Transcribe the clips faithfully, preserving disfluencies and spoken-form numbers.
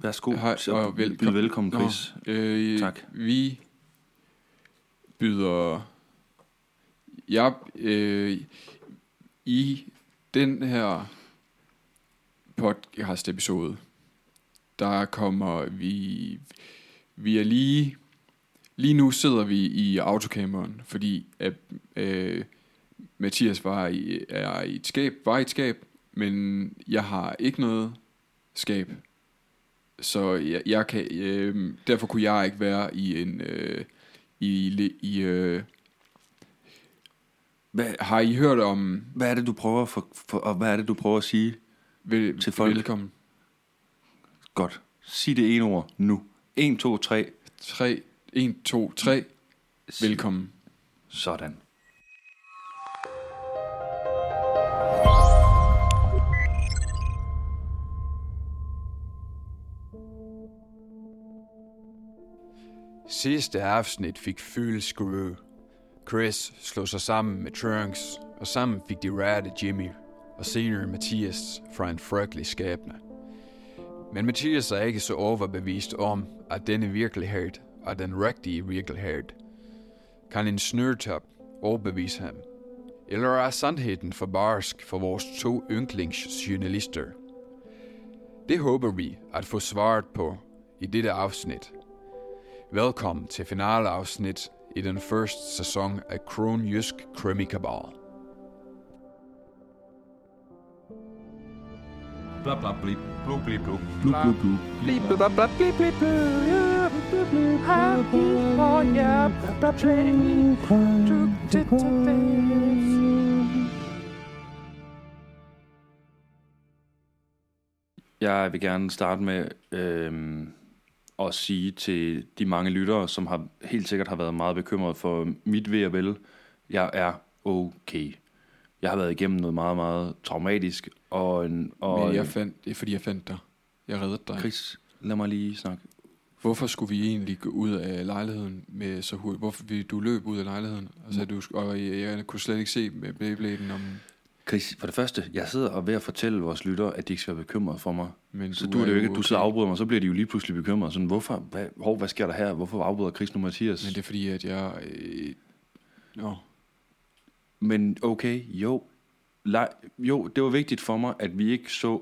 Værsgo. Hej, og vel- Byd velkommen, Chris. Nå, øh, Tak. Vi byder... Jeg, øh, I den her podcast episode, der kommer vi... Vi er lige... Lige nu sidder vi i autocamperen, fordi at, øh, Mathias var i, er i et skab, var i et skab, men jeg har ikke noget skab. Så jeg, jeg kan, øh, derfor kunne jeg ikke være i en øh, i, i øh, hvad, har I hørt om Hvad er det du prøver for, for og hvad er det du prøver at sige vel, til folk? Velkommen. Godt. Sig det ene ord nu. en, to, tre. tre, en, to, tre. Velkommen. Sådan. Sidste afsnit fik fyldeskrue. Chris slog sig sammen med Trunks, og sammen fik de rettet Jimmy, og senere Mathias fra en frygtelig skæbne. Men Mathias er ikke så overbevist om, at denne virkelighed er den rigtige virkelighed. Kan en snørtop overbevise ham? Eller er sandheden for barsk for vores to yndlingsjournalister? Det håber vi at få svaret på i dette afsnit. Velkommen til finaleafsnit i den første sæson af Kronjysk Krimi-kabal. Bla bla blip, blu blip blu. Blu blu blu. Blip bla bla bla blip blip blu. Ja, blu blu. Happy for ja, bla bla. Jeg vil gerne starte med øhm, at sige til de mange lyttere, som har helt sikkert har været meget bekymret for mit ved og vel. Jeg er okay. Jeg har været igennem noget meget, meget traumatisk. Og, en, og Men jeg fandt, det er fordi jeg fandt dig. Jeg reddede dig. Chris, lad mig lige snakke. Hvorfor skulle vi egentlig gå ud af lejligheden med så hurtigt? Hvorfor vi, du løb ud af lejligheden? Altså, du, og jeg, jeg kunne slet ikke se med Beybladen om... Chris, for det første, jeg sidder og ved at fortælle vores lyttere, at de ikke skal være bekymrede for mig. Men Så du du er det jo ikke, at du okay. sidder og afbryder mig, så bliver de jo lige pludselig bekymrede. Sådan, hvorfor, hvad, hov, hvad sker der her? Hvorfor afbryder Chris nu Mathias? Men det er fordi, at jeg... Øh, nå. Men okay, jo. Lej, jo, det var vigtigt for mig, at vi ikke så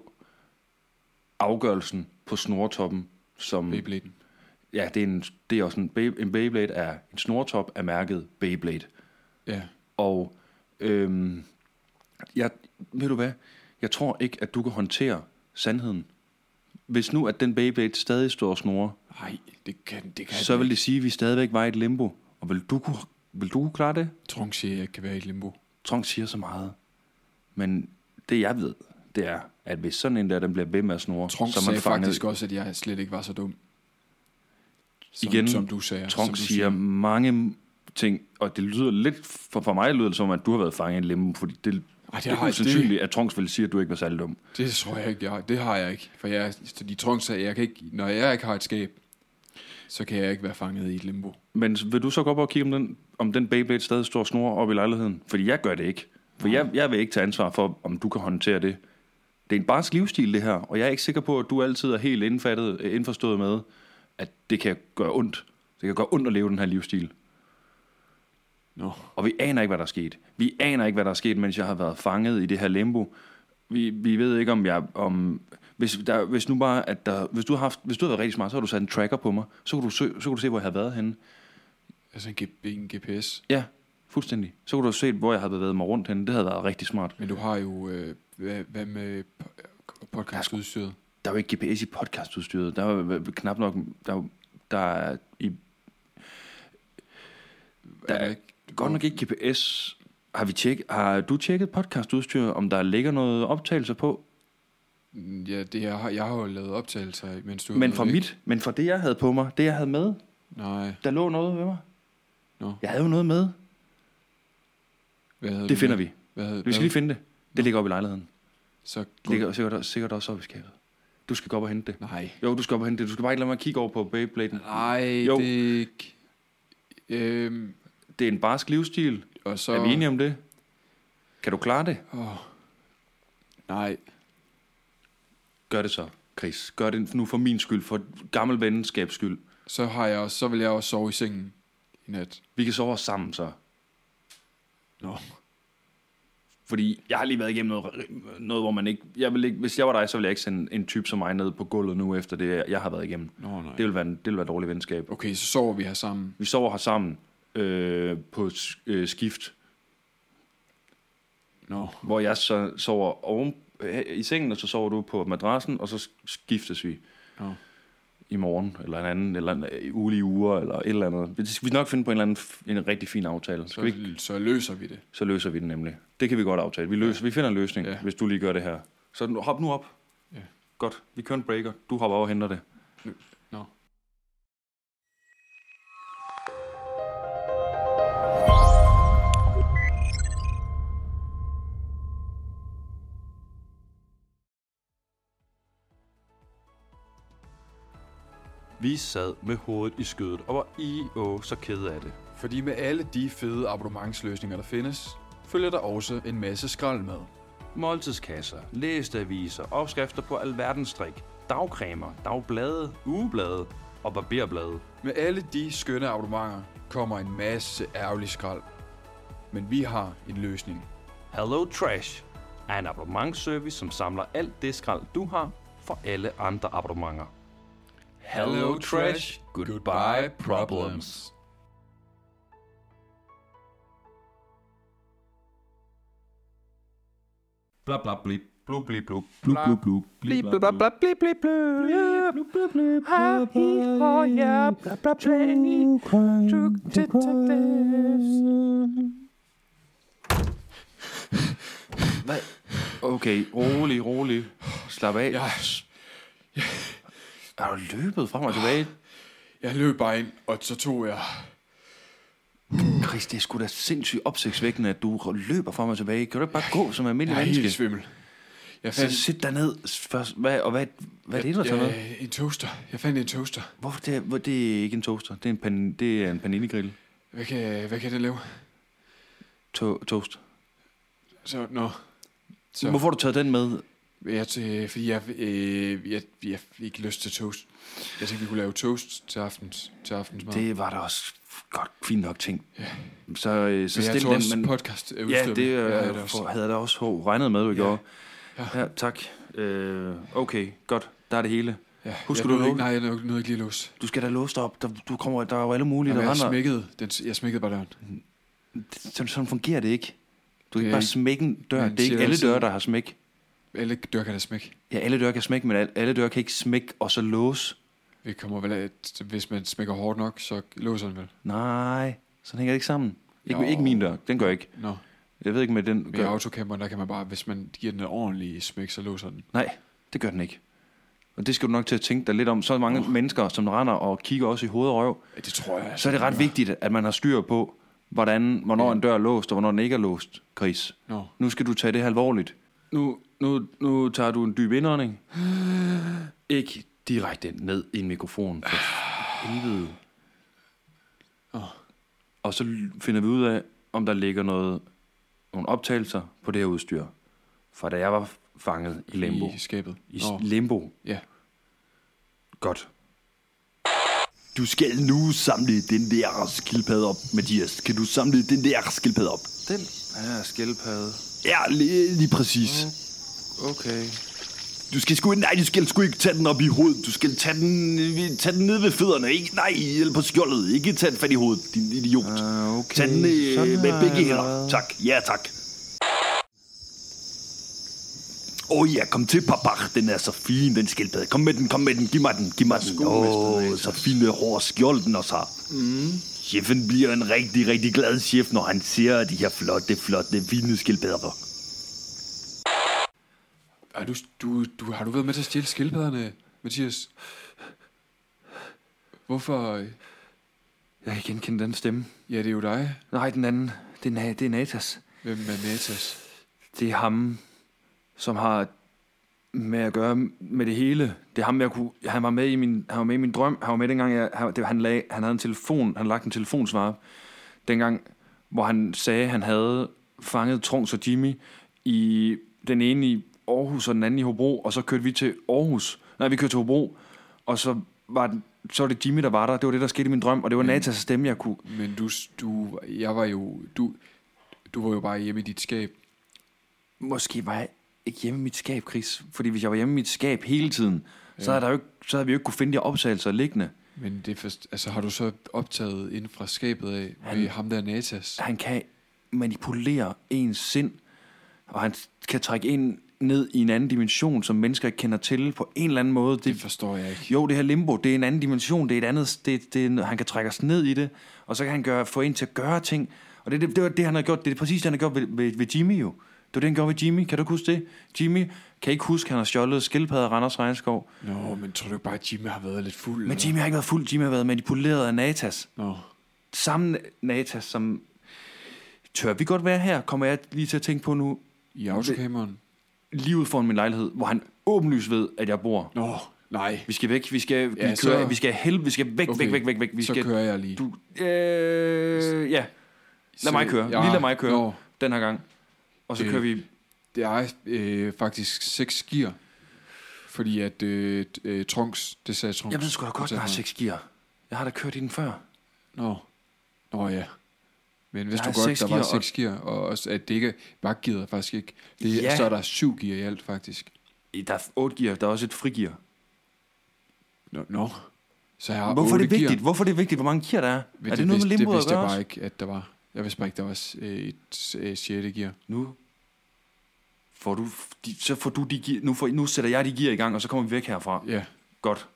afgørelsen på snortoppen som... Beybladen. Ja, det er, en, det er også en, Bay, en Beyblade er en snortop af mærket Beyblade. Ja. Og øhm, jeg, ved du hvad? Jeg tror ikke, at du kan håndtere sandheden. Hvis nu, at den Beyblade stadig står og snorer, Nej, det kan, det kan så vil det sige, at vi stadigvæk var i et limbo. Og vil du kunne, vil du kunne klare det? Trunk siger, at jeg kan være i et limbo. Trong siger så meget. Men det jeg ved, det er, at hvis sådan en der, den bliver ved med at snurre, Trunk så er man sagde fanget. faktisk også, at jeg slet ikke var så dum. Som, Igen, som du sagde. Trong som du siger mange ting, og det lyder lidt, for, for mig lyder det som, at du har været fanget i en limbo, fordi det, Ej, det, det er har, usandsynligt, det, at Trunks ville sige, at du ikke var særlig dum. det tror jeg ikke, jeg, det har jeg ikke. For jeg, de Trunk sagde, jeg kan ikke, når jeg ikke har et skab, så kan jeg ikke være fanget i et limbo. Men vil du så gå op og kigge, om den, om den Beyblade stadig står og snurrer op i lejligheden? Fordi jeg gør det ikke. For jeg, jeg vil ikke tage ansvar for, om du kan håndtere det. Det er en barsk livsstil, det her. Og jeg er ikke sikker på, at du altid er helt indfattet, indforstået med, at det kan gøre ondt. Det kan gøre ondt at leve den her livsstil. Nå. Og vi aner ikke, hvad der er sket. Vi aner ikke, hvad der er sket, mens jeg har været fanget i det her limbo. Vi, vi ved ikke, om jeg... Om, hvis, der, hvis nu bare, at der, hvis du har haft, hvis du har været rigtig smart, så har du sat en tracker på mig. Så kunne du, sø, så kunne du se, hvor jeg har været henne. Altså en, G, en G P S. Ja, fuldstændig. Så kunne du have set, hvor jeg havde bevæget mig rundt henne. Det havde været rigtig smart. Men du har jo, øh, hvad, hvad med podcastudstyret? Der er jo ikke G P S i podcastudstyret. Der er jo knap nok... Der er, der er i... Der er, er godt nok ikke G P S. Har, vi tjek, har du tjekket podcastudstyret, om der ligger noget optagelser på? Ja, det jeg har, jeg har jo lavet optagelser, mens du... Men fra mit, men fra det jeg havde på mig, det jeg havde med, Nej. der lå noget ved mig. Nå. Jeg havde jo noget med. Hvad havde Det du finder med? vi. Hvad havde, Vi skal lige finde det. Det ligger oppe i lejligheden. Så Det ligger sikkert, sikkert også oppe i skabet. Du skal gå op og hente det. Nej. Jo, du skal op og hente det. Du skal bare ikke lade mig kigge over på Beybladen. Nej, Jo. det er ikke... Øhm, Det er en barsk livsstil. og så... Er vi enige om det? Kan du klare det? Åh, nej. Gør det så. Chris. Gør det nu for min skyld, for gammel venskabs skyld. Så, har jeg, så vil jeg også sove i sengen i nat. Vi kan sove sammen så. Nå. Fordi jeg har lige været igennem noget, noget hvor man ikke, jeg vil ikke... Hvis jeg var dig, så ville jeg ikke sende en type som mig ned på gulvet nu, efter det, jeg har været igennem. Nå, nej. Det vil være, det vil være dårligt venskab. Okay, så sover vi her sammen. Vi sover her sammen øh, på øh, skift. Nå. Hvor jeg så sover oven i sengen, og så sover du på madrassen, og så skiftes vi. Nå. I morgen, eller en anden, eller en uge i uger, eller et eller andet. Vi skal nok finde på en eller anden en rigtig fin aftale. Så, vi ikke? så løser vi det. Så løser vi det nemlig. Det kan vi godt aftale. Vi, løser, ja. vi finder en løsning, ja. Hvis du lige gør det her. Så hop nu op. Ja. Godt, vi kører en breaker. Du hopper over og henter det. Nå. Vi sad med hovedet i skødet og var i åh så kede af det. Fordi med alle de fede abonnementsløsninger, der findes, følger der også en masse skrald med. Måltidskasser, læste aviser, opskrifter på alverdens strik, dagcremer, dagblade, ugeblade og barberblade. Med alle de skønne abonnementer kommer en masse ærgerlig skrald. Men vi har en løsning. Hello Trash er en abonnementsservice, som samler alt det skrald, du har, for alle andre abonnementer. Hello Trash, goodbye problems. Bla bla blip, blub blip blub, blub blub blub, blip bla bla blip blip blub, blub blub ha hi ho ja, bla bla Hvad? Okay, rolig, rolig. Slap af. Jeg, jeg, Er du løbet frem og tilbage? jeg løb bare ind, og så tog jeg... Chris, det er sgu da sindssygt opsigtsvækkende, at du løber frem og tilbage. Kan du ikke bare gå som en almindelig Jeg er menneske? helt svimmel. Jeg Så fandt, sit dig ned først. Hvad, og hvad, hvad er det, du har taget med? jeg, en toaster. Jeg fandt en toaster. Hvorfor det? Hvor, det er ikke en toaster. Det er en, pan, det er en panini-grill. Hvad kan, hvad kan det lave? To, toast. Så, nå. Så. Hvorfor har du taget den med? Jeg, til, fordi jeg, øh, jeg, jeg fik ikke lyst til toast. Jeg tænkte, vi kunne lave toast til aftens, til aftensmad. Det var da også godt fint nok ting. Ja. Så, øh, så Men jeg stil tog den. også Men, podcast øh, ja, det jeg havde øh, det også. for, havde jeg da også hov, regnet med, du Ja. gjorde. Ja. Ja, tak. Øh, okay, godt. Der er det hele. Ja. Husk, jeg du nåede låse? ikke, nej, jeg nåede nåede ikke lige at låse. Du skal da låse dig op. Der, du kommer, der er jo alle mulige, Jamen, der jeg render. smækkede, den, jeg smækkede bare døren. Sådan, sådan fungerer det ikke. Du kan Det ikke er bare ikke- smække en dør. Man Det er ikke siger alle altid- døre, der har smæk. Alle døre kan da smække. Ja, alle døre kan smække, men alle døre kan ikke smække og så låse. Det kommer vel af, at hvis man smækker hårdt nok, så låser den vel. Nej, så hænger det ikke sammen. Ikke, Jo. ikke min dør, den gør ikke. Nå, Jeg ved ikke med den. med Gør... autocamperen, der kan man bare, hvis man giver den en ordentlig smæk, så låser den. Nej, det gør den ikke. Og det skal du nok til at tænke dig lidt om. Så mange Oh. mennesker, som render og kigger også i hoved og røv. Ja, det tror jeg. Så er det ret vigtigt, at man har styr på, hvordan, hvornår Ja. en dør er låst, og hvornår den ikke er låst, Chris. Nå. Nu skal du tage det her alvorligt. Nu, nu, nu tager du en dyb indånding. Ikke direkte ned i en mikrofon. For helvede. Oh. Og så finder vi ud af, om der ligger noget, nogle optagelser på det her udstyr. For da jeg var fanget i limbo. I skabet. I Nå. limbo. Ja. Godt. Du skal nu samle den der skildpadde op, Mathias. Kan du samle den der skildpadde op? Den her skildpadde. Ja, lige, lige præcis. Okay. Du skal sgu, nej, du skal sgu ikke tage den op i hovedet. Du skal tage den, øh, tage den ned ved fødderne. Ikke, nej, eller på skjoldet. Ikke tage den fat i hovedet, din idiot. Uh, okay. Tag den øh, Sådan med her, begge eller hænder. hvad? Tak, ja tak. Åh oh, ja, kom til, papa. Den er så fin, den skildpadde. Kom med den, kom med den. Giv mig den, giv mig den. Åh, oh, så fine hår skjold den også har. Mm. Chefen bliver en rigtig, rigtig glad chef, når han ser de her flotte, flotte, fine skildpadder. Er du, du, du, har du været med til at stjæle skildpadderne, Mathias? Hvorfor? Jeg kan genkende den stemme. Ja, det er jo dig. Nej, den anden. Det er, det er Natas. Hvem er Natas? Det er ham, som har med at gøre med det hele. Det er ham, jeg kunne... Han var med i min, han var med i min drøm. Han var med dengang, jeg, han, det, han, lag, han havde en telefon. Han lagt en telefonsvarer. Dengang, hvor han sagde, han havde fanget Trunks og Jimmy i den ene i Aarhus og den anden i Hobro. Og så kørte vi til Aarhus Nej, vi kørte til Hobro, og så var, det, så var det Jimmy, der var der. Det var det, der skete i min drøm, og det var Men- Natas stemme, jeg kunne... Men du, du, jeg var jo, du, du var jo bare hjemme i dit skab. Måske var jeg ikke hjemme i mit skab, Chris. Fordi hvis jeg var hjemme i mit skab hele tiden, ja. så, havde der jo ikke, så havde vi jo ikke kunne finde de optagelser liggende. Men det først, altså, har du så optaget inden fra skabet af Han- med ham der Natas? Han kan manipulere ens sind, og han kan trække en ned i en anden dimension, som mennesker ikke kender til på en eller anden måde. Det forstår jeg ikke. Jo, det her limbo, det er en anden dimension, det er et andet, det, det er, han kan trække os ned i det, og så kan han gøre, få en til at gøre ting, og det, det, det var det, han har gjort, det er præcis det, han har gjort ved, ved, ved Jimmy jo. Det var det, han gjorde ved Jimmy, kan du ikke huske det? Jimmy kan ikke huske, han har stjålet skildpadder af Randers Regnskov, Nå, men tror du ikke bare, at Jimmy har været lidt fuld? men Jimmy har ikke været fuld, Jimmy har været manipuleret af Natas. Nå, Samme Natas, som, tør vi godt være her, kommer jeg lige til at tænke på nu, i autocammeren? lige ud foran min lejlighed, hvor han åbenlyst ved, at jeg bor. Nå, nej. Vi skal væk, vi skal, Ja, vi, så- kører, vi skal help, vi skal væk, Okay, væk, væk, væk, væk. Vi så skal, kører jeg lige. Du, øh, ja, lad mig køre. Ja, Lige lad mig køre Nå, den her gang. Og så Øh, kører vi... det er øh, faktisk seks gear. Fordi at øh, øh, Trunks, det sagde Trunks. Jeg ved sgu da godt, at jeg har seks gear. Jeg har da kørt i den før. Nå, Nå ja. Men hvis Der du er godt, seks der var gear, seks gear, og også, at det ikke bakgearet faktisk ikke. Det, Ja. Så er der syv gear i alt faktisk. Der er otte gear, der er også et frigear. Nå, nå. Så jeg har Hvorfor er otte det vigtigt? gear. Hvorfor er det vigtigt, hvor mange gear der er? Men er det noget vidste, med limbo det at vidste jeg gøre bare også? ikke, at der var. Jeg vidste bare ikke, der var øh, et øh, sjette gear. Nu får du, de, så får du de gear, nu, får, nu sætter jeg de gear i gang, og så kommer vi væk herfra. Ja. Godt.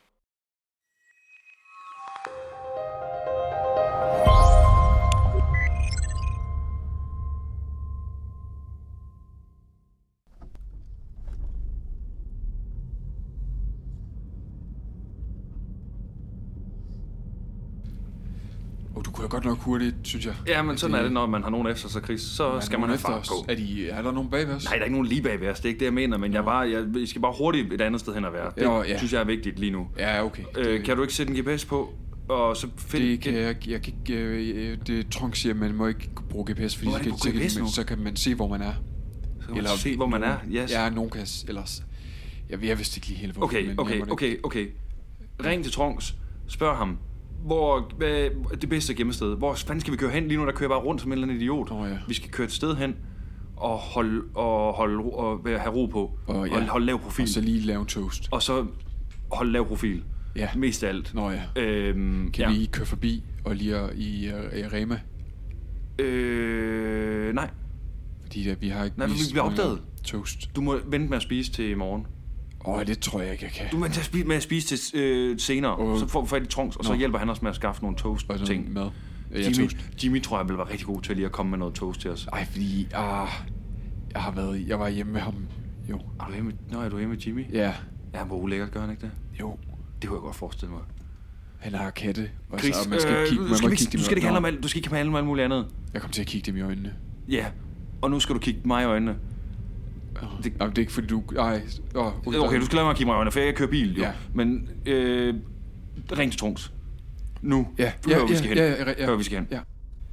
Og du kører godt nok hurtigt, synes jeg. Ja, men sådan det- er det, når man har nogen efter sig, Chris. Så Er skal der man nogen have efter fart os? på. Er, de, er der nogen bag os? Nej, der er ikke nogen lige bag ved os. Det er ikke det, jeg mener, men jeg, bare, jeg, jeg skal bare hurtigt et andet sted hen at være. Det Jo, ja. synes jeg er vigtigt lige nu. Ja, okay. Øh, kan du ikke sætte en G P S på, og så find... Det kan jeg, jeg kan ikke, øh, det Trunks siger, man må ikke bruge G P S, fordi Hvor er så det kan, på så, kan, G P S nu? man, så kan man se, hvor man er. Så kan man se, hvor man er. Yes. Ja, nogen kan s- ellers. Jeg, jeg vidste ikke lige helt, hvorfor. Okay, men okay, jeg må okay, okay. Ring til Trunks. Spørg ham. Hvor, hvad, det bedste gemmested. Hvor fanden skal vi køre hen? Lige nu, der kører jeg bare rundt som en eller anden idiot. Nå, ja. Vi skal køre et sted hen, og holde, og holde, ro- og være- have ro på. Og, ja. Og holde lav profil. Og så lige lave en toast. Og så holde lav profil. Ja. Mest af alt. Nå ja. Øhm, Kan ja. vi lige køre forbi og lige er i, i Rema? Øh, nej. Fordi der, vi har ikke Nej, vi vist bliver mange opdaget. Toast. Du må vente med at spise til i morgen. Åh, oh, det tror jeg ikke, jeg kan. Du må vente med at spise til øh, senere. Og- Så får vi fat i Trunks, og så Nå. hjælper han os med at skaffe nogle Og sådan toast-ting. mad. Ja, Jimmy, toast. Jimmy tror jeg vil være rigtig god til lige at komme med noget toast til os. Ej, fordi... Ah, jeg har været... Jeg var hjemme med ham. Jo. Er du hjemme? Nå, er du hjemme med Jimmy? Ja. Ja, han var ulækkert, gør han ikke det? Jo. Det kunne jeg godt forestille mig. Han har katte. Og Chris, så, og man skal øh, kigge, du man skal, må ikke, kigge dem du i skal ikke handle om øjnene. alt, du skal ikke handle om alt muligt andet. Jeg kommer til at kigge dem i øjnene. Ja, og nu skal du kigge mig i øjnene. Det, Det- Jamen, det er ikke fordi du... Ej, åh, Okay, du skal lade mig at kigge mig i øjnene, for jeg kan køre bil, jo. Ja. Men øh, ring til Trunks. Nu. Ja, Hør, ja, hvor vi ja, skal hen. ja, ja, ja. Hør, hvor vi skal hen. Ja.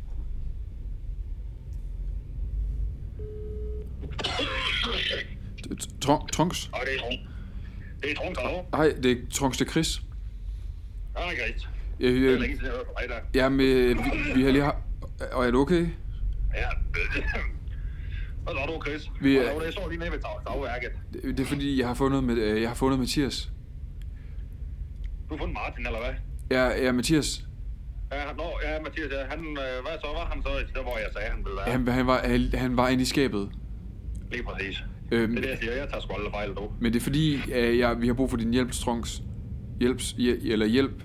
Tron- Trunks? Og det er Trunk. Det er Trunk, hallo? Hej, det er Trunks, det er Chris. Ja, det er Chris. Øh, Det er øh, længe siden, jeg hørte fra dig der. jamen, øh, vi, vi har lige... Har, og er du okay? Ja. Hvad så du, Chris? Vi Vi er- er... Jeg står lige nede ved tag- tagværket. Det, det er fordi, jeg har fundet, med, øh, jeg har fundet Mathias. Du har fundet Martin, eller hvad? Ja, ja, Mathias. Ja, nå, ja, Mathias, ja. Han, øh, hvad så var han så et sted, hvor jeg sagde, han ville være? Han, han, var, han, han var inde i skabet. Lige præcis. Øhm, Det er det, jeg siger. Jeg tager sgu aldrig fejl, du. Men det er fordi, øh, jeg, vi har brug for din hjælp, Trunks. Hjælps, hjæl, eller hjælp.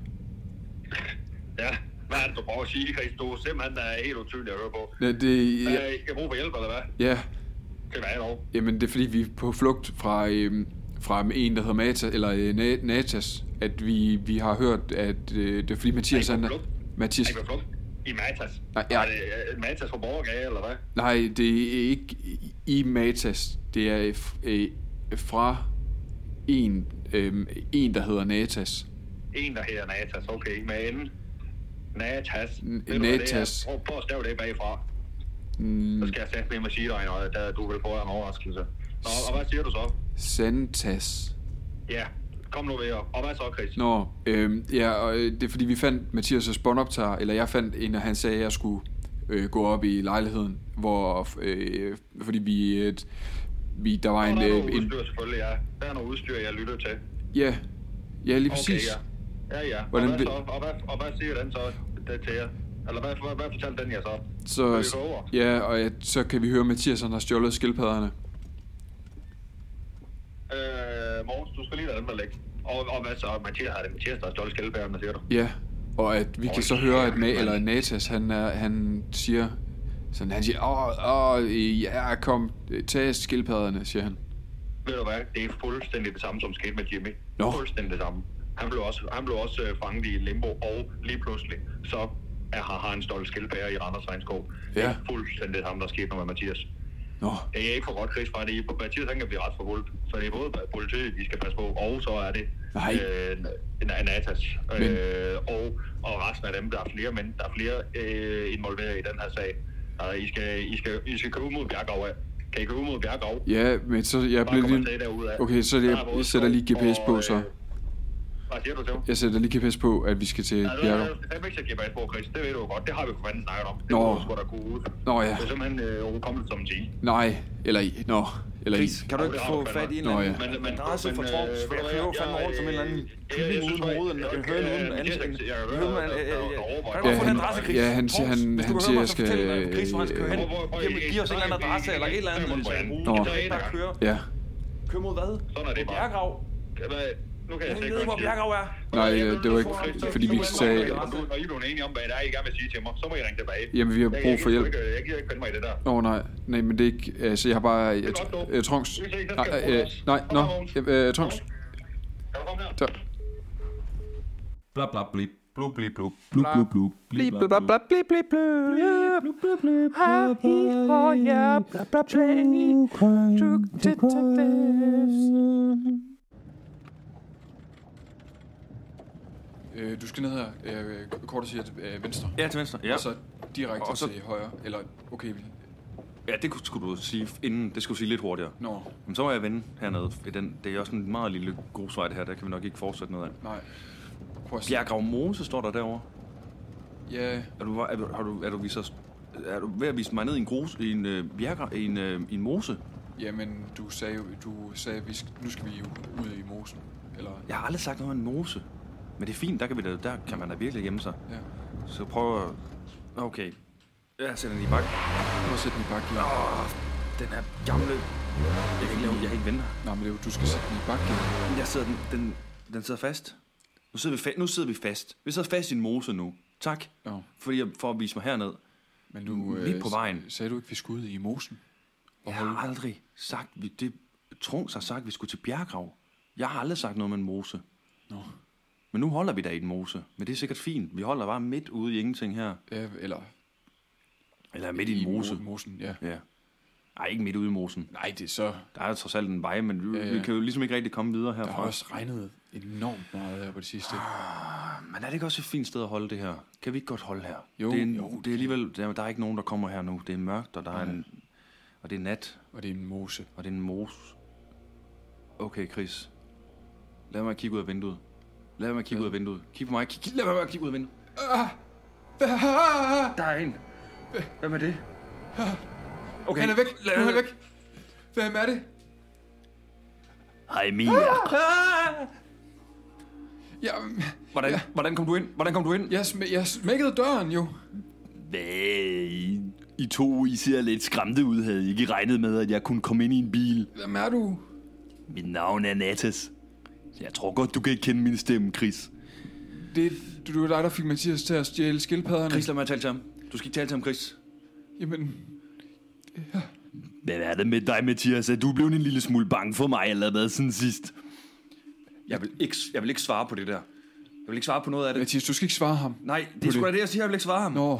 Ja, hvad er det, du prøver at sige, Chris? Du er simpelthen er helt utydelig at høre på. Ja, det, Ja. ja, Jeg skal bruge for hjælp, eller hvad? ja, Til hvad dog? jamen det er fordi, vi er på flugt fra, øh, fra en, der hedder Mata, eller øh, Na- Natas. At vi, vi har hørt, at øh, det er fordi Mathias... Er I på han er- flugt? Mathias... Jeg vil flugt. I Matas. Nej, ja. Er det øh, Matas på Borgergade, eller hvad? Nej, det er ikke i Matas. Det er f- øh, fra en, øh, en, der hedder Natas. En, der hedder Natas, okay, med en Natas. N- Ved du, hvad det er? Natas. Prøv, prøv at stave det bagfra. Mm, Så skal jeg sætte med at sige dig, og der, du vil få en overraskelse. Nå, og hvad siger du så? Santas. Ja, Kom nu ved jer. Og hvad så, Chris? Nå, øh, ja, og øh, det er fordi vi fandt Mathias' båndoptager, eller jeg fandt en, og han sagde, at jeg skulle øh, gå op i lejligheden, hvor, øh, fordi vi, øh, vi, der var Nå, en... der er Øh, noget en udstyr selvfølgelig, ja. Der er noget udstyr, jeg lytter til. ja, ja, lige præcis. Okay, ja. Ja, ja. Hvordan og, hvad det- så? Og, hvad, og hvad siger den så det til jer? Eller hvad, hvad, hvad fortalte den jer så? Så, Vil I gå over? ja, og ja, så kan vi høre, at Mathias han har stjålet skildpadderne. Øh, Mogens, du skal lige lade den der ligge. Og, og hvad så? Mathias har det Mathias, der har stjålet skildpaderne, siger du? Ja, og at vi kan så høre, at Ma- eller Natas, han, er, han siger, sådan, han siger, åh, åh, ja, kom, tag skildpadderne, siger han. Ved du hvad? Det er fuldstændig det samme, som skete med Jimmy. Nå. Fuldstændig det samme. Han blev også, han blev også øh, fanget i limbo, og lige pludselig, så er, har, har han stolt skildpadder i Randers Regnskov. Det er Ja. fuldstændig det samme, der skete med Mathias. Nå, Det er ikke for godt, Chris, for det er, Mathias han kan blive ret forvulgt. Så det er både politiet, de skal passe på, og så er det Nej. øh, Natas. Men- Øh, og, og resten af dem, der er flere mænd, der er flere øh, involveret i den her sag. Uh, I, skal, I, skal, I skal køre ud mod Bjergård af. Kan I køre ud mod Bjergård? ja, men så jeg Bare blev kommer lige... til derudad. Okay, så det, Der er både jeg sætter lige G P S skov på, og, så. øh, Hvad siger du til? Jeg sætter lige G P S på, at vi skal til Ja, det er Bjergård. fandme ikke sætte G P S på, Chris. Det ved du jo godt. Det har vi for fanden snakket om. Det Nå. må du sgu da kunne ud. Nå ja, Det er simpelthen øh, overkommet som en sige. nej, eller i, nå, eller i. Chris, kan du Jo, ikke det har få du fat i en Nå, eller ja. anden Men, men, adresse for men, Torms? øh, For jeg ved du kører jo hvad, fandme jeg- rundt som en eller anden jeg- kylling jeg uden synes faktisk- hoved, en jeg- høne jeg- uden jeg- ansigt. jeg- jeg- Høne med- jeg- øh, øh, jeg- øh, jeg- Kan du godt få Ja, den han- adresse, Chris? ja, han siger- Torms, han- hvis du han kan siger, høre mig, jeg så skal- fortæl mig, Chris, hvor han skal hen. Giv giv os en eller anden adresse, eller et eller andet. Nå. Bare køre. Ja, Kør mod hvad? Sådan er det bare. Bjergrav. Nu kan Jeg jeg ved ikke ikke, hvor Bjergrav er. nej, øh, det var ikke, fordi vi sagde, Når I er blevet enige om, hvad det er, I gerne vil sige til mig, så må I ringe tilbage. jamen vi har Jeg- brug jeg for gider hjælp. ikke- Jeg gider ikke finde mig i det der. Nå, nej, nej, men det er ikke, altså jeg har bare, jeg, Det er godt, dog. jeg, Tronks, Vi ses, den nej, skal øh, bruges. nej, nå, Kom, Mogens. øh, Tronks, Kan du komme her? så. Bla bla blip. Blub blip blub. Blub blub blub. Blip, blip, blip, blip, blip, blip, blip. Ha, hi, ho, ja, bla, bla, bla. True detectives. Øh, du skal ned her, øh, kort og siger øh, venstre, Ja, til venstre. Ja. og så direkte Og så- til højre, eller okay, vi- Ja, det kunne- skulle du sige inden. Det skulle du sige lidt hurtigere. nå, Men så må jeg vende hernede. I den, det er også en meget lille grusvej, det her. Der kan vi nok ikke fortsætte noget af. nej, prøv at se. Bjergrav Mose står der derovre. Ja, Er du, er, du, har du, er, du vist, er du ved at vise mig ned i en grus, i en, øh, bjergrav, i en, øh, i en mose? jamen, du sagde jo, du sagde, vi skal, nu skal vi jo ud i mosen, eller, Jeg har aldrig sagt noget om en mose. Men det er fint, der kan, vi da, der kan man da virkelig gemme sig. ja, Så prøv at... Okay. Jeg sætter den i bakken. prøv at sætte den i bakke, ja. Den er gamle... Jeg kan ikke, lave, jeg kan ikke vente her. Nej, men det er jo, du skal sætte den i bakke, ja. Jeg sidder, den, den, den sidder fast. Nu sidder, vi fa- nu sidder vi fast. Vi sidder fast i en mose nu. Tak. Nå, Fordi jeg, for at vise mig herned. men nu, Midt på øh, vejen. sagde du ikke, vi skulle ud i mosen? Og Jeg har aldrig sagt... Vi, det Trunks har sagt, at vi skulle til Bjergrav. Jeg har aldrig sagt noget med en mose. Nå. Men nu holder vi der i en mose. Men det er sikkert fint. Vi holder bare midt ude i ingenting her. Ja, eller... Eller midt i en mose. mo- mosen, ja. Ja. Nej, ikke midt ude i mosen. Nej, det er så... Der er jo trods alt en vej, men vi, Ja, ja. vi kan jo ligesom ikke rigtig komme videre Der har herfra. også regnet enormt meget her på det sidste. Men er det ikke også et fint sted at holde det her? Kan vi ikke godt holde her? Jo, det er, en, jo, det er alligevel, der, der er ikke nogen, der kommer her nu. Det er mørkt, og der er en, og det er nat, Og det er en mose. og det er en mos. Okay, Chris. Lad mig kigge ud af vinduet. Lad mig kigge ud af vinduet. Kig på mig. Kig, lad mig kigge ud af vinduet. Der er en. Hvem er det? Okay. Han er væk! Lad, Nu er han væk! Hvem er det? Hej Mia. Ja, Hvordan, Ja. hvordan kom du ind? Hvordan kom du ind? jeg, sm- jeg smækkede døren jo. Hvad? I, I to, I ser lidt skræmte ud. Havde I ikke regnet med, at jeg kunne komme ind i en bil? Hvem er du? Mit navn er Natas. Jeg tror godt, du kan kende min stemme, Chris. Det, du, det var dig, der fik Mathias til at stjæle skildpadderne. Chris, lad mig tale til ham. Du skal ikke tale til ham, Chris. Jamen, Hvad er det med dig, Mathias? Er du blevet en lille smule bange for mig, eller hvad siden sidst? Jeg vil, ikke, jeg vil ikke svare på det der. Jeg vil ikke svare på noget af det. Mathias, du skal ikke svare ham. Nej, det er sgu da det, jeg siger. Jeg vil ikke svare ham. Nå,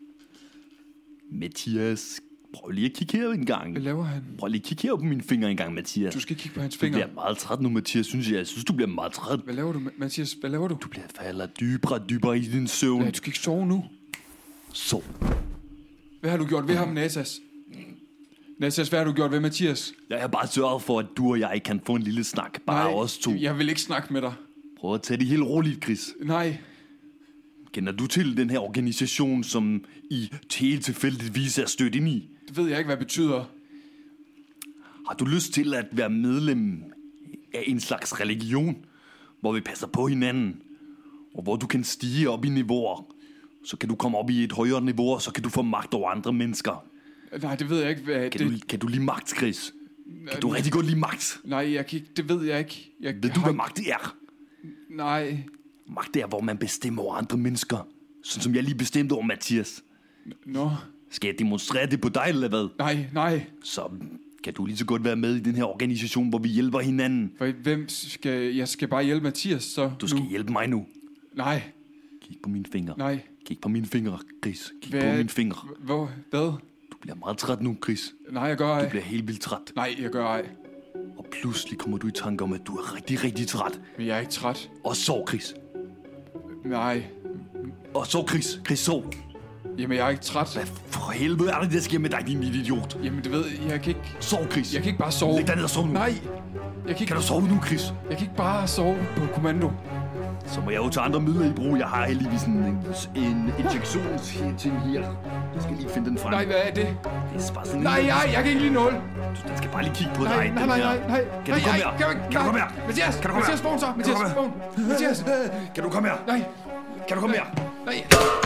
Mathias, prøv lige at kigge her en gang. hvad laver han? Prøv lige at kigge her på mine fingre en gang, Mathias. Du skal ikke kigge på hans Du fingre. bliver meget træt nu, Mathias, synes jeg. Jeg synes, du bliver meget træt. Hvad laver du, Ma- Mathias? Hvad laver du? Du bliver falder dybere og dybere i din søvn. Ja, du skal ikke sove nu. Så. Hvad har du gjort ved ham, Natas? Mathias, hvad har du gjort ved Mathias? Jeg har bare sørget for, at du og jeg kan få en lille snak. Bare os to. Jeg vil ikke snakke med dig. Prøv at tage det helt roligt, Chris. Nej. Kender du til den her organisation, som I helt tilfældigvis er stødt ind i? Det ved jeg ikke, hvad det betyder. Har du lyst til at være medlem af en slags religion, hvor vi passer på hinanden, og hvor du kan stige op i niveauer? Så kan du komme op i et højere niveau, og så kan du få magt over andre mennesker. Nej, det ved jeg ikke. Hvad, Kan, det... du, kan du lide magt, Chris? Kan du rigtig godt lide magt? Nej, jeg kan ikke, det ved jeg ikke. Jeg Ved du, har... hvad magt er? Nej. Magt er, hvor man bestemmer over andre mennesker. Sådan som jeg lige bestemte over Mathias. Nå. Skal jeg demonstrere det på dig, eller hvad? Nej, nej. Så kan du lige så godt være med i den her organisation, hvor vi hjælper hinanden. Hvem skal... Jeg skal bare hjælpe Mathias, så Du skal nu. hjælpe mig nu. Nej, Kig på mine fingre. nej. Kig på mine fingre, Chris. Kig Hvad- på mine fingre. Hvor? Hvad? Du bliver meget træt nu, Chris. Nej, jeg gør Du ej. bliver helt vildt træt. Nej, jeg gør ej. Og pludselig kommer du i tanke om, at du er rigtig, rigtig træt. Men jeg er ikke træt. Og sov, Chris. Nej. Og sov, Chris. Chris, sov. Jamen, jeg er ikke træt. Hvad for helvede er det, der sker med dig, din idiot? Jamen, det ved jeg. Jeg kan ikke... Sov, Chris. Jeg kan ikke bare sove. Læg dig ned og sov nu. Nej. Jeg kan ikke... Kan du sove nu, Chris? Jeg kan ikke bare sove på kommando. Så må jeg jo tage andre midler i brug. Jeg har heldigvis en, en injektionsting her. Jeg skal lige finde den frem. Nej, hvad er det? Det er bare sådan en- Nej, nej, jeg kan ikke lide nul. Den skal bare lige kigge på Nej, dig. nej, den nej, her. nej, nej. Kan du komme her? Kan du ikke? Kan du komme Nej. her? Mathias, Kan du komme Mathias, her? vågn så. Kan du Mathias, komme her? vågn. Mathias. Kan du komme her? Nej, Kan du komme her? nej.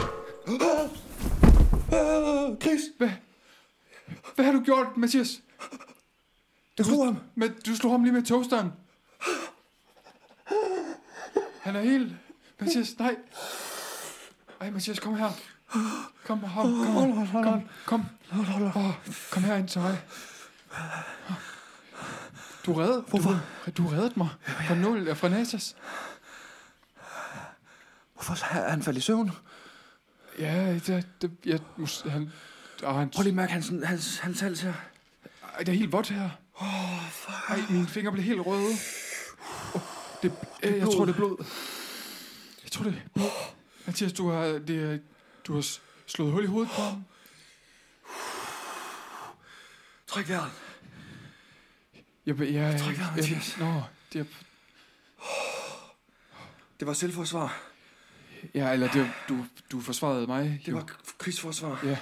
Chris, Hvad? Hvad har du gjort, Mathias? du slog ham. Med, du slog ham lige med toasteren. Han er helt... Mathias, nej. Ej, Mathias, kom her. Kom, kom, kom, kom, kom. Oh, kom her ind til mig. Du reddede, Hvorfor? Du, du reddede mig fra nul, fra Natas. Hvorfor er han faldet i søvn? Ja, det, det jeg, mus- han, og han, Prøv lige at mærke hans, hans, hans hals her. Ej, det er helt vådt her. Åh, oh, fuck. Ej, mine fingre blev helt røde. Oh, det, øh, jeg tror, det er blod. Jeg tror, det er blod. Mathias, du har, det, er- du har s- slået hul i hovedet på ham. Træk vejret. Jeg, jeg, jeg, Træk vejret, Mathias. Nå, det er... Det var selvforsvar. Ja, eller det, du, du forsvarede mig. Det var krigsforsvar. Ja.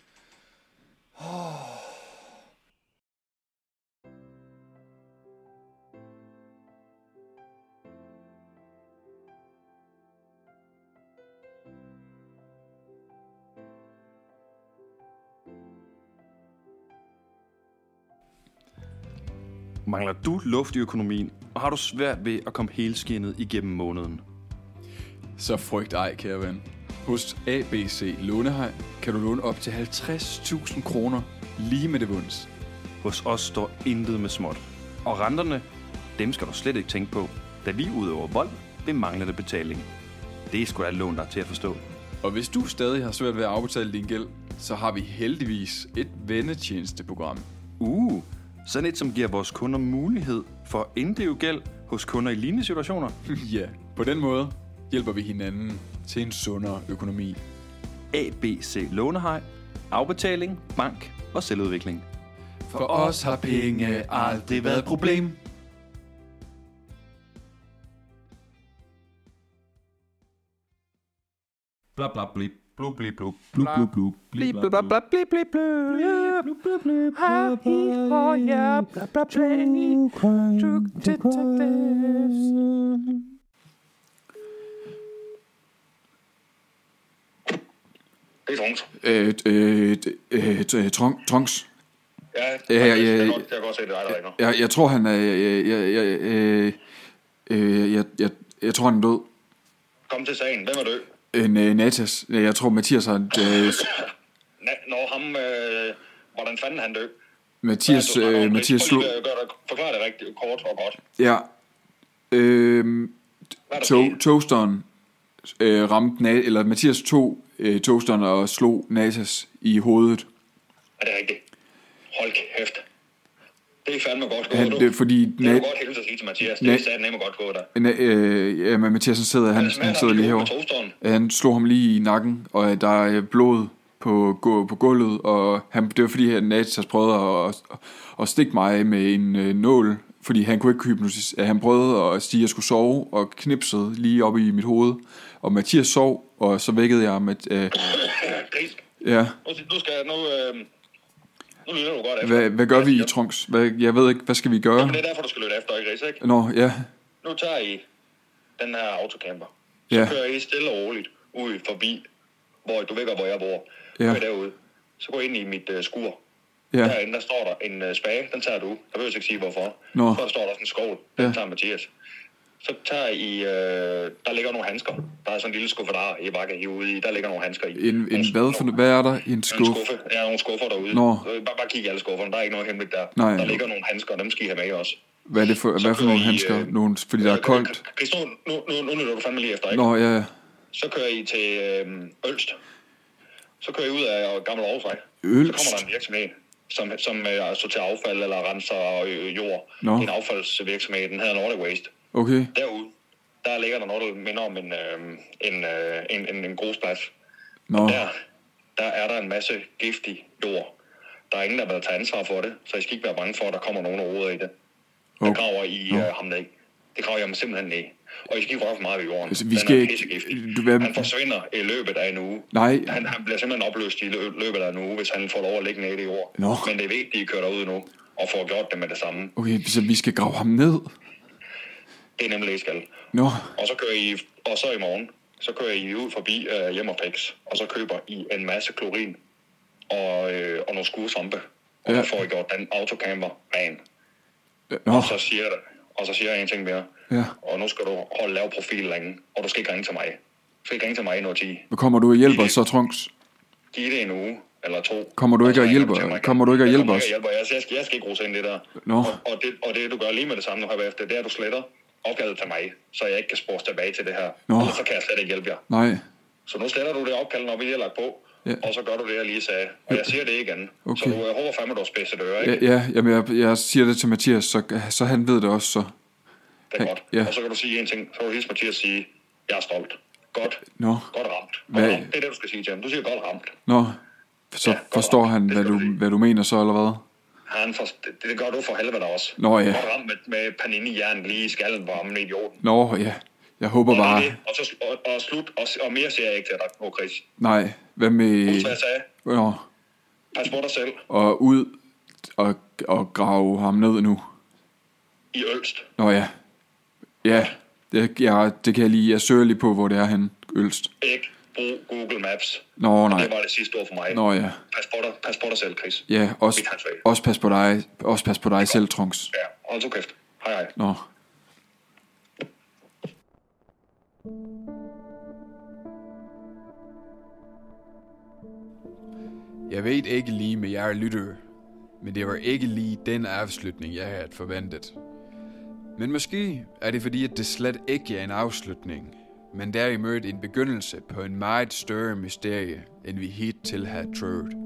Mangler du luft i økonomien, og har du svært ved at komme helskindet igennem måneden? Så frygt ej, kære ven. Hos A B C Lånehaj kan du låne op til halvtreds tusind kroner lige med det vunds. Hos os står intet med småt. Og renterne, dem skal du slet ikke tænke på, da vi udøver vold ved manglende betaling. Det er sgu da lån dig til at forstå. Og hvis du stadig har svært ved at afbetale din gæld, så har vi heldigvis et vennetjenesteprogram. Uh, sådan et, som giver vores kunder mulighed for at inddrive gæld hos kunder i lignende situationer. Ja, på den måde hjælper vi hinanden til en sundere økonomi. A B C Lånehaj, afbetaling, bank og selvudvikling. For os har penge aldrig været et problem. Bla bla blip. Blu bli blu. Blub, blub, blub. Blip, blub, blub, blub, blip, blip, blub. Ja, blub, blub, blub. Ha, hi, ho, ja, bla, bla, bla. Tuk, tuk, tuk, Det er tungt. Øh, øh, øh, øh, Tronk, Tronks. Ja, Ja, ja, jeg, ja, kan ja. godt, jeg kan godt se, det er dig, der ringer. Jeg, jeg tror, han er... Jeg, jeg, jeg, øh, øh, jeg, jeg, jeg tror, han er død. Kom til sagen. Hvem er død? En øh, Natas. Jeg tror, Mathias har... Øh, Na- Når ham... Øh, hvordan fanden han død? Mathias, Hvad er det, du snakker om, øh, Chris? Mathias Prøv slog... lige at gøre det- Forklar det rigtigt kort og godt. Ja. Øh, Hvad er der to, sket? toasteren øh, ramte... Na- eller Mathias tog øh, toasteren og slog Natas i hovedet. Er det rigtigt? Hold kæft. Det er fandme godt gået, Han, du. det, fordi... Det kan Na- du godt hilse at sige til Mathias. Det Na- er sat nemt godt gået der. na- øh, ja, men Mathias han sidder, han, Er det smager, han sidder lige han herovre. slog med toasteren? Han slog ham lige i nakken, og øh, der er blod på, på gulvet, og han, det var fordi, at Natitas prøvede at, at, at stikke mig med en øh, nål, fordi han kunne ikke hypnotisere. Han prøvede at sige, at jeg skulle sove, og knipsede lige op i mit hoved. Og Mathias sov, og så vækkede jeg med... Øh, Gris. ja. Nu, nu skal jeg... Nu, øh, nu lytter du godt efter. Hvad, hvad gør vi i Trunks? Hvad, jeg ved ikke, hvad skal vi gøre? Jamen, det er derfor, du skal lytte efter, ikke Gris, ikke? Nå, ja. Nu tager I den her autocamper. Så Ja. kører I stille og roligt ud forbi, hvor du ved godt, hvor jeg bor. Ja. Kører derude. Så gå ind i mit uh, skur. Ja. Derinde, der står der en uh, spage. Den tager du. Der vil jeg ikke sige, hvorfor. Nå. Så står der sådan en skål. Den Ja. tager Mathias. Så tager I... Uh, der ligger nogle handsker. Der er sådan en lille skuffe der, I bare kan hive ud i. Der ligger nogle handsker i. En, en Nogle- hvad for hvad er der? En En skuffe? skuffe. Ja, nogle skuffer derude. Nå. Så bare, bare kig i alle skufferne. Der er ikke noget hemmeligt der. Nej. Der ligger nogle handsker, dem skal I have med også. Hvad er det for, Så hvad for kører nogle I, handsker? øh, Nogle, fordi der er koldt. Chris, nu, nu, nu, nu lytter du fandme lige efter, ikke? Nå, ja, ja. Så kører I til øh, Ølst. Så kører I ud af Gammel Aarhusvej. Så Ølst? kommer der en virksomhed, som, som øh, sorterer affald eller renser øh, jord. Nå. Det er en affaldsvirksomhed, den hedder Nordic Waste. Okay. Derude, der ligger der noget, der minder om en, øh, en, øh, en, en, en grusplads. Nå, Der, der er der en masse giftig jord. Der er ingen, der vil tage ansvar for det, så I skal ikke være bange for, at der kommer nogen og roder i det. Der Okay. graver I Nå. øh, ham ned. Det graver jeg mig simpelthen ned. Og I skal ikke røre for meget ved jorden. Altså, vi Den skal er ikke- pissegiftig. du- hvad- Han forsvinder i løbet af en uge. nej. Han, han bliver simpelthen opløst i lø- løbet af en uge, hvis han får lov at ligge nede i jord. Nå. Men det er vigtigt, at I kører derud nu og får gjort det med det samme. Okay, så vi skal grave ham ned? Det er nemlig, det I skal. Nå, Og så kører I, og så i morgen, så kører I ud forbi øh, hjem og Pex, og så køber I en masse klorin og, øh, og nogle skuresvampe. Og Ja. så får I gjort den autocamper ren. nå, Og så siger det, og så siger jeg en ting mere. ja. Og nu skal du holde lav profil længe, og du skal ikke ringe til mig. Du skal ikke ringe til mig i noget tid. Hvad kommer du og hjælper os så, Trunks? Giv det en uge eller to. Kommer du ikke så og ringer hjælper- til mig igen. kommer du ikke og Jeg hjælper kommer os? ikke og hjælper. Jeg, jeg, skal, jeg skal ikke rose ind i det der. Nå. Og, og, det, og det, du gør lige med det samme nu her bagefter, det er, at du sletter opkaldet til mig, så jeg ikke kan spores tilbage til det her. Nå. Ellers så kan jeg slet ikke hjælpe jer. Nej. Så nu sletter du det opkald, når vi lige har lagt på, Ja. og så gør du det, jeg lige sagde. Og jeg siger det igen. Okay. Så du, jeg håber fandme, du har spidset ører, ikke? Ja, ja jamen, jeg, jeg siger det til Mathias, så, så han ved det også, så. Det er godt. Ja. Og så kan du sige en ting. Så kan du hilse Mathias sige, jeg er stolt. Godt. Nå, Godt ramt. Godt Hvad- ramt. Det er det, du skal sige til ham. Du siger godt ramt. nå. Så Ja, godt forstår ramt. han, Det hvad skal du, du sige. hvad du mener så, eller hvad? Han for, det, det gør du for helvede også. Nå, ja. Godt ramt med, med Panini-jern lige i skallen på ham med idioten. Nå, ja. Jeg håber Og, det er bare... det. og, så, og, og slut. Og, og mere siger jeg ikke til dig, nu, Chris. Nej, hvad med... Husk, hvad jeg sagde. Nå, Pas på dig selv og ud og, og grave ham ned nu. i Ølst. Nå ja. Ja, det, ja, det kan jeg lige... Jeg søger lige på, hvor det er han, Ølst. Ikke brug Google Maps. Nå, nej. Det var det sidste ord for mig. Nå ja. Pas på dig, pas på dig selv, Chris. Ja, også, Vi tager en også pas på dig. Også pas på dig selv, Trunks. Ja, hold så kæft. Hej hej. Nå. Jeg ved ikke lige med jer lyttere, men det var ikke lige den afslutning, jeg havde forventet. Men måske er det fordi, at det slet ikke er en afslutning, men derimod en begyndelse på en meget større mysterie, end vi hidtil havde troet.